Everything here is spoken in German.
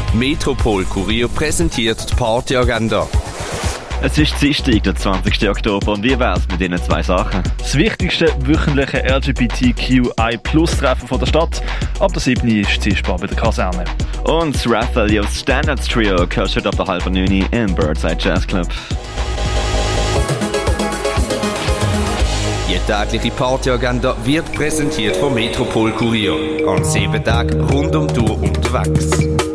Metropol Kurier präsentiert die Partyagenda. Es ist Dienstag, der 20. Oktober, und wie wär's mit diesen zwei Sachen? Das wichtigste wöchentliche LGBTQI+-Treffen der Stadt. Ab der 7. ist Zielspar bei der Kaserne. Und das Raphaelios Standards Trio hörst du ab der 8:30 im Birdside Jazz Club. Die tägliche Partyagenda wird präsentiert vom Metropol Kurier. An 7 Tagen rund um die Uhr unterwegs.